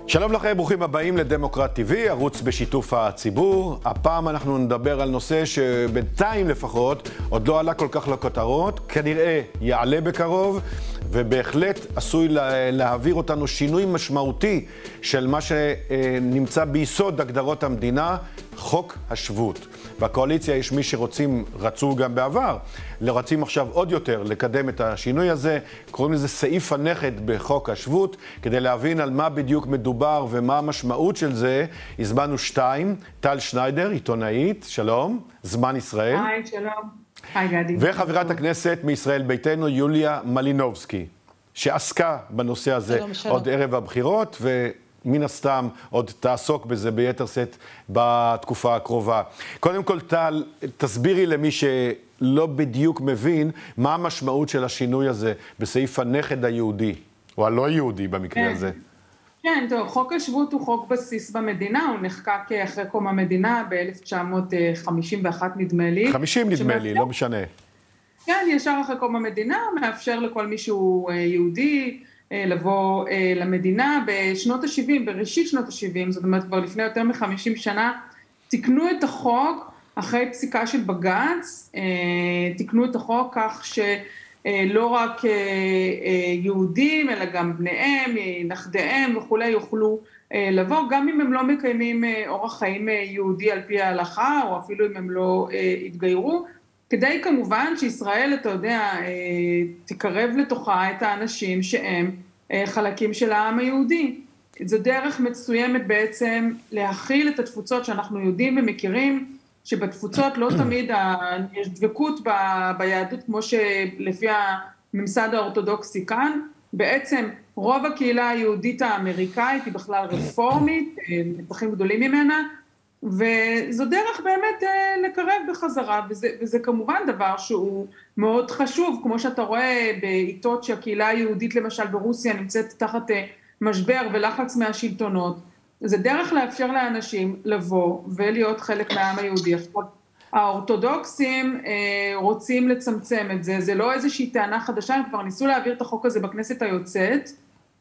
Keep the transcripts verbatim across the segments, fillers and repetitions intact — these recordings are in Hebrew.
שלום לכם, ברוכים הבאים לדמוקרט טי וי, ערוץ בשיתוף הציבור. הפעם אנחנו נדבר על נושא שבינתיים לפחות עוד לא עלה כל כך לכותרות, כנראה יעלה בקרוב, ובהחלט עשוי להעביר אותנו שינוי משמעותי של מה שנמצא ביסוד הגדרות המדינה, חוק השבות. בקואליציה יש מי שרוצים, רצו גם בעבר, לרצים עכשיו עוד יותר לקדם את השינוי הזה. קוראים לזה סעיף הנכד בחוק השבות. כדי להבין על מה בדיוק מדובר ומה המשמעות של זה, הזמנו שתיים. טל שניידר, עיתונאית, שלום, זמן ישראל. היי, שלום. היי, גדי. וחברת הכנסת מישראל ביתנו, יוליה מלינובסקי, שעסקה בנושא הזה שלום, שלום. עוד ערב הבחירות, ו... מן הסתם עוד תעסוק בזה ביתר סט בתקופה הקרובה. קודם כל, טל, תסבירי למי שלא בדיוק מבין מה המשמעות של השינוי הזה בסעיף הנכד היהודי, או הלא יהודי במקרה כן. הזה. כן, טוב, חוק השבות הוא חוק בסיס במדינה, הוא נחקק אחרי קום המדינה ב-אלף תשע מאות חמישים ואחת נדמה לי. חמישים נדמה לי, לא משנה. כן, ישר אחרי קום המדינה, מאפשר לכל מי שהוא יהודי, לבוא למדינה בשנות ה-שבעים, בראשית שנות ה-שבעים, זאת אומרת כבר לפני יותר מ-חמישים שנה, תיקנו את החוק אחרי פסיקה של בג"ץ, תיקנו את החוק כך שלא רק יהודים, אלא גם בניהם, נכדיהם וכולי יוכלו לבוא, גם אם הם לא מקיימים אורח חיים יהודי על פי ההלכה, או אפילו אם הם לא התגיירו, כדי כמובן שישראל, אתה יודע, תקרב לתוכה את האנשים שהם חלקים של העם היהודי. זו דרך מסוימת בעצם להכיל את התפוצות שאנחנו יודעים ומכירים, שבתפוצות לא תמיד יש דבקות ביהדות כמו שלפי הממסד האורתודוקסי כאן. בעצם רוב הקהילה היהודית האמריקאית היא בכלל רפורמית, נתחים גדולים ממנה, וזו דרך באמת לקרב בחזרה, וזה, וזה כמובן דבר שהוא מאוד חשוב, כמו שאתה רואה בעיתות שהקהילה היהודית למשל ברוסיה נמצאת תחת משבר ולחץ מהשלטונות, זה דרך לאפשר לאנשים לבוא ולהיות חלק מהעם היהודי. עכשיו, האורתודוקסים רוצים לצמצם את זה, זה לא איזושהי טענה חדשה, הם כבר ניסו להעביר את החוק הזה בכנסת היוצאת,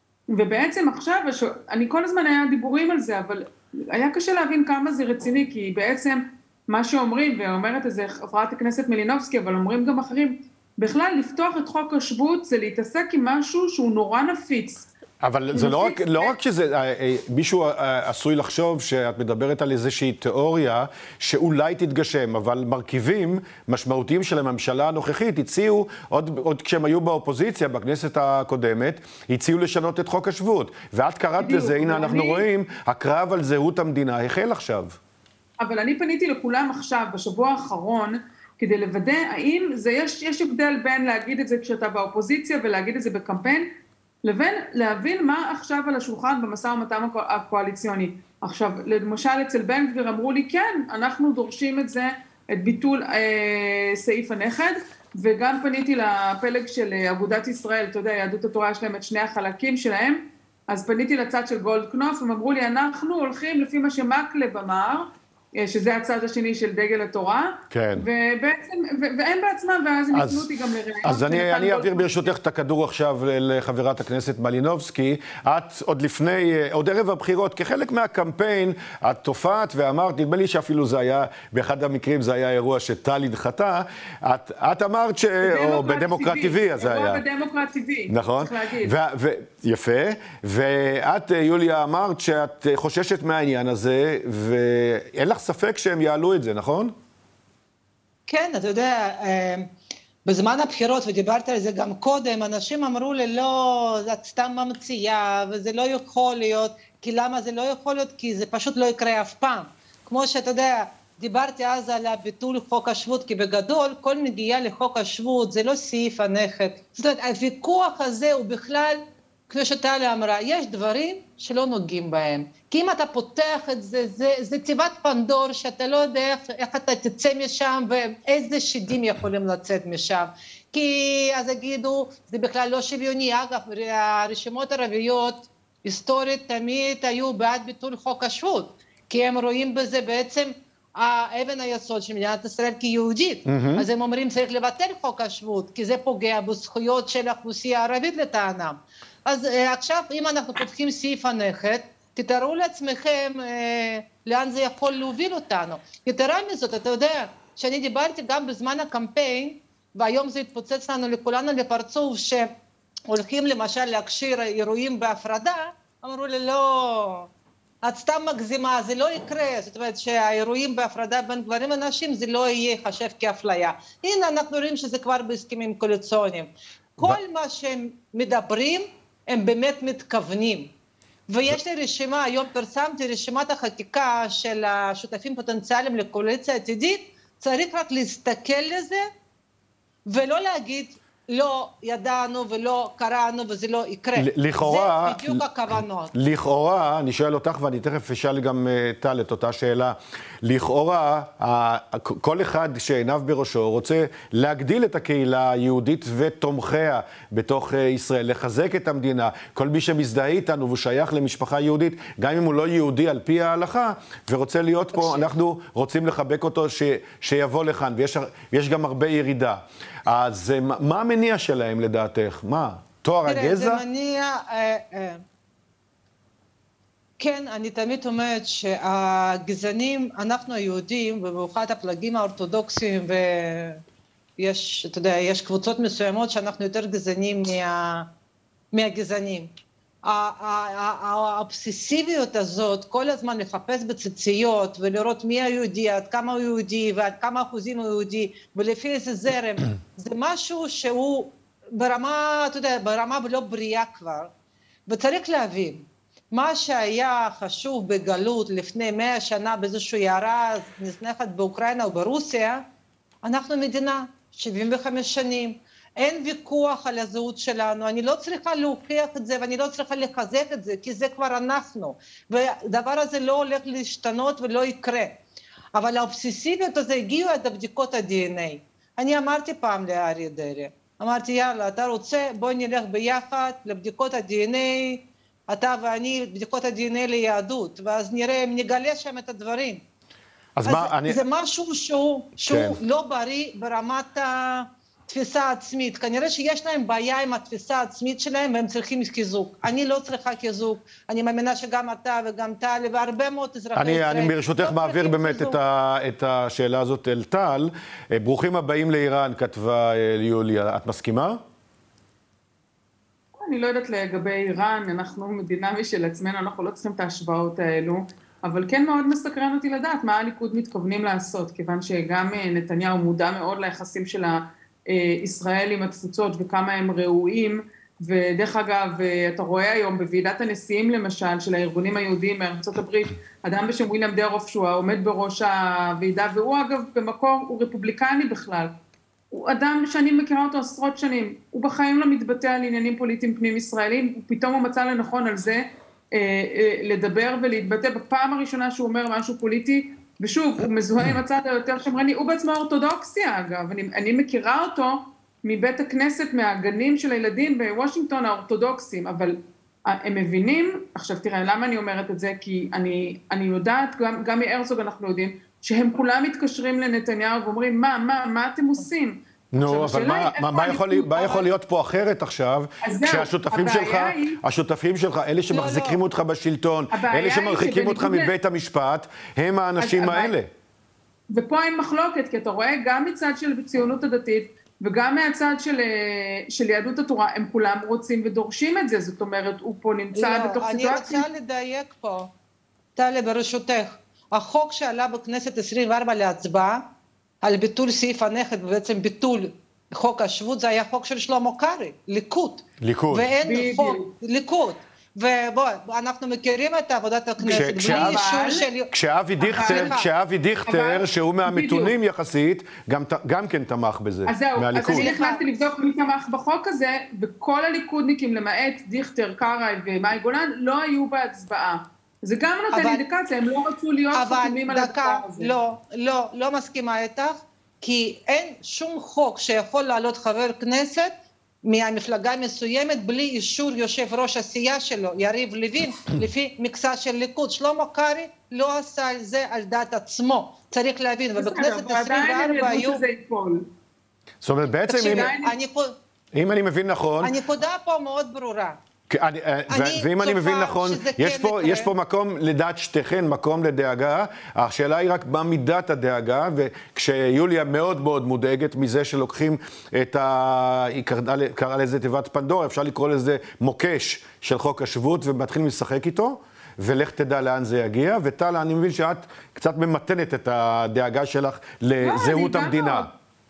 ובעצם עכשיו, אני כל הזמן היה דיבורים על זה, אבל היה קשה להבין כמה זה רציני, כי בעצם מה שאומרים, ואומרת איזה חברת הכנסת מלינובסקי, אבל אומרים גם אחרים, בכלל לפתוח את חוק השבות זה להתעסק עם משהו שהוא נורא נפיץ. אבל זה לא רק, לא רק שזה, מישהו עשוי לחשוב שאת מדברת על איזושהי תיאוריה שאולי תתגשם, אבל מרכיבים משמעותיים של הממשלה הנוכחית הציעו, עוד, עוד כשהם היו באופוזיציה בכנסת הקודמת, הציעו לשנות את חוק השבות. ואת קראת לזה, הנה אנחנו רואים, הקרב על זהות המדינה החל עכשיו. אבל אני פניתי לכולם עכשיו, בשבוע האחרון, כדי לוודא האם זה, יש, יש הבדל בין להגיד את זה כשאתה באופוזיציה ולהגיד את זה בקמפיין, לבין להבין מה עכשיו על השולחן במשא ומתן הקואליציוני. עכשיו, למשל אצל בן גביר אמרו לי, כן, אנחנו דורשים את זה, את ביטול אה, סעיף הנכד, וגם פניתי לפלג של אגודת ישראל, אתה יודע, יהדות התורה יש להם את שני החלקים שלהם, אז פניתי לצד של גולדקנופ, הם אמרו לי, אנחנו הולכים לפי מה שמקלב אמר, שזה הצד השני של דגל התורה, כן. ובעצם, והם בעצמם, ואז הם יתנו אותי גם לראיון. אז אני, אני אעביר ברשותך את הכדור עכשיו לחברת הכנסת מלינובסקי. את עוד לפני, עוד ערב הבחירות, כחלק מהקמפיין, את תופעת ואמרת, נדמה לי שאפילו זה היה, באחד המקרים זה היה אירוע שטל הדחתה, את, את אמרת ש... או בדמוקרט טי וי, אז זה היה. אירוע בדמוקרט טי וי, נכון. צריך להגיד. ו, ו, יפה. ואת, יוליה, אמרת שאת חוששת מהעניין הזה, ואין לך ספק שהם יעלו את זה, נכון? כן, אתה יודע, בזמן הבחירות, ודיברתי על זה גם קודם, אנשים אמרו לי, לא, זאת סתם ממציאה, וזה לא יכול להיות, כי למה זה לא יכול להיות? כי זה פשוט לא יקרה אף פעם. כמו שאתה יודע, דיברתי אז על הביטול חוק השבות, כי בגדול, כל נגיעה לחוק השבות, זה לא סעיף הנכד. זאת אומרת, הוויכוח הזה הוא בכלל, כמו שטלי אמרה, יש דברים שלא נוגעים בהם. כי אם אתה פותח את זה, זה, זה תיבת פנדור שאתה לא יודע איך, איך אתה תצא משם ואיזה שדים יכולים לצאת משם. כי אז יגידו, זה בכלל לא שוויוני. אגב, הרשימות הערביות היסטורית תמיד היו בעד ביטול חוק השבות, כי הם רואים בזה בעצם האבן היסוד של מדינת ישראל כיהודית. Mm-hmm. אז הם אומרים צריך לבטל חוק השבות, כי זה פוגע בזכויות של האוכלוסייה הערבית לטענם. אז עכשיו אם אנחנו פותחים סעיף הנכד, תתארו לעצמכם אה, לאן זה יכול להוביל אותנו. יתרה מזאת, אתה יודע, שאני דיברתי גם בזמן הקמפיין, והיום זה התפוצץ לנו לכולנו לפרצוף, שהולכים למשל להקשיר אירועים בהפרדה, אמרו לי, לא, את סתם מגזימה, זה לא יקרה, זאת אומרת שהאירועים בהפרדה בין גברים ונשים, זה לא יהיה חשב כאפליה. הנה, אנחנו רואים שזה כבר בהסכמים קואליציוניים. כל מה שהם מדברים, הם באמת מתכוונים. ויש לי רשימה, היום פרסמתי רשימת החקיקה של השותפים פוטנציאליים לקואליציה עתידית, צריך רק להסתכל לזה, ולא להגיד, לא ידענו ולא קראנו וזה לא יקרה. לכאורה, זה בדיוק הכוונות. לכאורה, אני שואל אותך ואני תכף אשאל גם טל את אותה שאלה, לכאורה, כל אחד שעיניו בראשו רוצה להגדיל את הקהילה היהודית ותומכיה בתוך ישראל, לחזק את המדינה, כל מי שמזדהה איתנו והוא שייך למשפחה יהודית, גם אם הוא לא יהודי על פי ההלכה, ורוצה להיות פה, אנחנו רוצים לחבק אותו ש, שיבוא לכאן, ויש, ויש גם הרבה ירידה. אז מה המניע שלהם לדעתך? מה? תואר הגזע? תראה, זה מניע... אה, אה. כן, אני תמיד אומרת שהגזענים, אנחנו היהודים, ובמיוחד הפלגים האורתודוקסיים, ויש, אתה יודע, יש קבוצות מסוימות שאנחנו יותר גזענים מה, מהגזענים. האובססיביות הזאת, כל הזמן לחפש בציציות ולראות מי היהודי, עד כמה הוא יהודי ועד כמה אחוזים הוא יהודי ולפי איזה זרם, זה משהו שהוא ברמה, אתה יודע, ברמה לא בריאה כבר. וצריך להבין, מה שהיה חשוב בגלות לפני מאה שנה באיזושהי עיירה נזנחת באוקראינה או ברוסיה, אנחנו מדינה, שבעים וחמש שנים. אין ויכוח על הזהות שלנו, אני לא צריכה להוכיח את זה ואני לא צריכה לחזק את זה, כי זה כבר אנחנו, והדבר הזה לא הולך להשתנות ולא יקרה. אבל האובססיביות הזה הגיעו עד הבדיקות ה-די אן איי. אני אמרתי פעם לאריה דרעי, אמרתי יאללה, אתה רוצה, בוא נלך ביחד לבדיקות ה-די אן איי, אתה ואני, בדיקות ה-די אן איי ליהדות, ואז נראה אם נגלה שם את הדברים. אז, אז מה, זה, אני... זה משהו שהוא, שהוא כן. לא בריא ברמת ה... תפיסה עצמית, כנראה שיש להם בעיה עם התפיסה העצמית שלהם והם צריכים חיזוק. אני לא צריכה חיזוק, אני מאמינה שגם אתה וגם טל והרבה מאוד אזרחי אני, ישראל. אני ברשותך לא מעביר באמת את, ה, את השאלה הזאת אל טל. ברוכים הבאים לאיראן, כתבה יוליה, את מסכימה? אני לא יודעת לגבי איראן, אנחנו מדינה משל עצמנו, אנחנו לא צריכים את ההשוואות האלו, אבל כן מאוד מסקרן אותי לדעת מה הליכוד מתכוונים לעשות, כיוון שגם נתניהו מודע מאוד ליחסים של ה... ישראל עם התפוצות וכמה הם ראויים, ודרך אגב, אתה רואה היום בוועידת הנשיאים למשל, של הארגונים היהודיים מארצות הברית, אדם בשם וויליאם דרוף, שהוא עומד בראש הוועידה, והוא אגב במקור, הוא רפובליקני בכלל, הוא אדם שאני מכירה אותו עשרות שנים, הוא בחיים לא מתבטא על עניינים פוליטיים פנים ישראלים, ופתאום הוא מצא לנכון על זה, לדבר ולהתבטא בפעם הראשונה שהוא אומר משהו פוליטי, ושוב, הוא מזוהה עם הצד היותר שמרני, הוא בעצמו אורתודוקסיה אגב, אני, אני מכירה אותו מבית הכנסת, מהגנים של הילדים בוושינגטון האורתודוקסים, אבל הם מבינים, עכשיו תראה, למה אני אומרת את זה? כי אני, אני יודעת, גם, גם מהרצוג אנחנו יודעים, שהם כולם מתקשרים לנתניהו ואומרים, מה, מה, מה אתם עושים? נו, אבל מה, מה, מה, יכול, מה יכול להיות פה אחרת עכשיו, כשהשותפים שלך, השותפים שלך, אלה שמחזיקים אותך בשלטון, אלה שמרחיקים אותך מבית המשפט, הם האנשים האלה. ופה אין מחלוקת, כי אתה רואה גם מצד של ציונות הדתית, וגם מהצד של, של יהדות התורה, הם כולם רוצים ודורשים את זה, זאת אומרת, הוא פה נמצא לא, בתוך אני סיטואציה. אני רוצה לדייק פה, טלי ברשותך, החוק שעלה בכנסת עשרים וארבע להצבעה, על ביטול סעיף הנכד, ובעצם ביטול חוק השבות, זה היה חוק של שלמה קרעי, ליכוד. ליכוד. ואין חוק, ליכוד. ובוא, אנחנו מכירים את עבודת הכנסת, בלי אישור של... כשאבי דיכטר, כשאבי דיכטר, שהוא מהמתונים יחסית, גם כן תמך בזה, מהליכוד. אז אני נכנסתי לבדוק מי תמך בחוק הזה, וכל הליכודניקים, למעט דיכטר, קרעי ומאי גולן, לא היו בהצבעה. זה גם נותן אינדיקציה, הם לא רצו להיות חתומים על הדבר הזה. לא, לא, לא מסכימה איתך, כי אין שום חוק שיכול לעלות חבר כנסת מהמפלגה מסוימת בלי אישור יושב ראש הסיעה שלו, יריב לוין, לפי מקצה של ליכוד. שלמה קרעי לא עשה על זה על דעת עצמו, צריך להבין, ובכנסת עשרים וארבע היו... זאת אומרת, בעצם אם אני מבין נכון... הנקודה פה מאוד ברורה. אני, ואם אני מבין נכון, יש כן פה, יש פה מקום לדעת שתיכן, מקום לדאגה. השאלה היא רק מה מידת הדאגה, וכשיוליה מאוד מאוד מודאגת מזה שלוקחים את ה... היא קראה לזה תיבת פנדורה, אפשר לקרוא לזה מוקש של חוק השבות, ומתחילים לשחק איתו, ולך תדע לאן זה יגיע. וטל, אני מבין שאת קצת ממתנת את הדאגה שלך לזהות המדינה.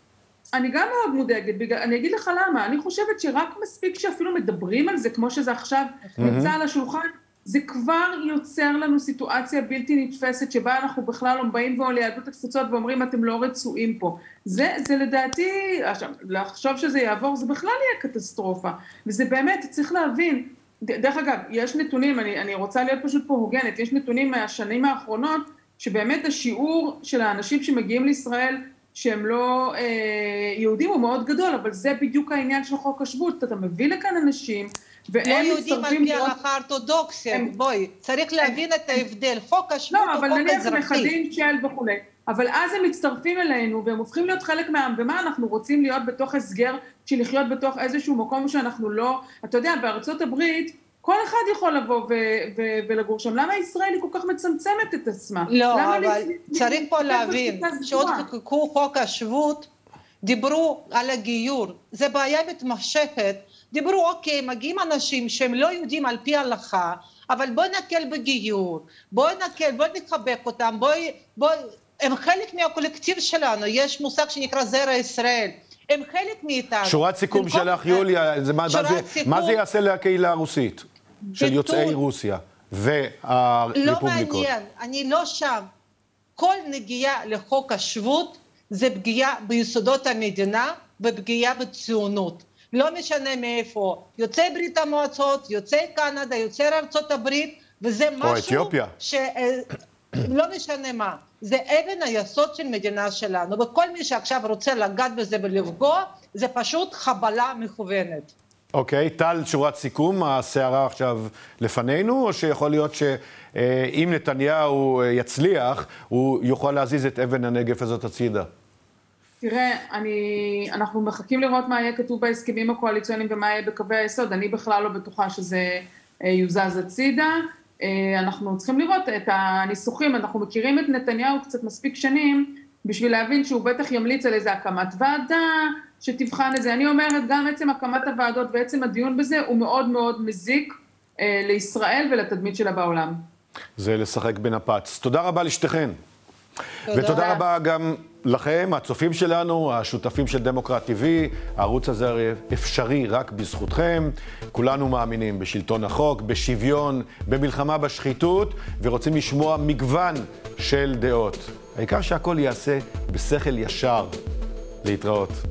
אני גם מאוד מודאגת, אני אגיד לך למה, אני חושבת שרק מספיק שאפילו מדברים על זה, כמו שזה עכשיו נמצא על השולחן, זה כבר יוצר לנו סיטואציה בלתי נתפסת, שבה אנחנו בכלל לא באים ועולים ליהדות התפוצות ואומרים, אתם לא רצויים פה. זה, זה לדעתי, לחשוב שזה יעבור, זה בכלל יהיה קטסטרופה. וזה באמת, צריך להבין, דרך אגב, יש נתונים, אני, אני רוצה להיות פשוט פה הוגנת, יש נתונים מהשנים האחרונות, שבאמת השיעור של האנשים שמגיעים לישראל, שהם לא אה, יהודים הוא מאוד גדול, אבל זה בדיוק העניין של חוק השבות, אתה מביא לכאן אנשים, והם לא יהודים על פי ההלכה האורתודוקסית, הם... בואי, צריך להבין את ההבדל, חוק השבות לא, הוא חוק אבל נניח אזרחי. מחדים של וכו', אבל אז הם מצטרפים אלינו, והם הופכים להיות חלק מהעם, ומה אנחנו רוצים להיות בתוך הסגר, של לחיות בתוך איזשהו מקום שאנחנו לא, אתה יודע, בארצות הברית, כל אחד יכול לבוא ו- ו- ולגור שם. למה ישראל היא כל כך מצמצמת את עצמה? לא, אבל צריך פה להבין, שעוד חוקקו חוק השבות, דיברו על הגיור, זה בעיה מתמשכת, דיברו, אוקיי, מגיעים אנשים שהם לא יודעים על פי ההלכה, אבל בואי נקל בגיור, בואי נקל, בואי נחבק אותם, בואי, בואי, הם חלק מהקולקטיב שלנו, יש מושג שנקרא זרע ישראל, הם חלק מאיתנו. שורת סיכום שלך, יוליה, זה, מה, מה, זה, סיכום, מה זה יעשה לקהילה הרוסית? של ביטול, יוצאי רוסיה והרפובליקות? לא מעניין, אני לא שם. כל נגיעה לחוק השבות זה פגיעה ביסודות המדינה ופגיעה בציונות. לא משנה מאיפה, יוצאי ברית המועצות, יוצאי קנדה, יוצאי ארצות הברית, וזה משהו... או אתיופיה. ש... לא משנה מה. זה אבן היסוד של מדינה שלנו, וכל מי שעכשיו רוצה לגעת בזה ולפגוע, זה פשוט חבלה מכוונת. אוקיי, טל, שורת סיכום, הסערה עכשיו לפנינו, או שיכול להיות שאם נתניהו יצליח, הוא יוכל להזיז את אבן הנגף הזאת הצידה? תראה, אני, אנחנו מחכים לראות מה יהיה כתוב בהסכמים הקואליציוניים ומה יהיה בקווי היסוד, אני בכלל לא בטוחה שזה יוזז הצידה, אנחנו צריכים לראות את הניסוחים, אנחנו מכירים את נתניהו קצת מספיק שנים, בשביל להבין שהוא בטח ימליץ על איזה הקמת ועדה, שתבחן את זה. אני אומרת, גם עצם הקמת הוועדות ועצם הדיון בזה, הוא מאוד מאוד מזיק אה, לישראל ולתדמית שלה בעולם. זה לשחק בנפץ. תודה רבה לשתיכן. תודה. ותודה רבה גם לכם, הצופים שלנו, השותפים של דמוקרט טי וי. הערוץ הזה אפשרי רק בזכותכם. כולנו מאמינים בשלטון החוק, בשוויון, במלחמה בשחיתות, ורוצים לשמוע מגוון של דעות. העיקר שהכל יעשה בשכל ישר. להתראות.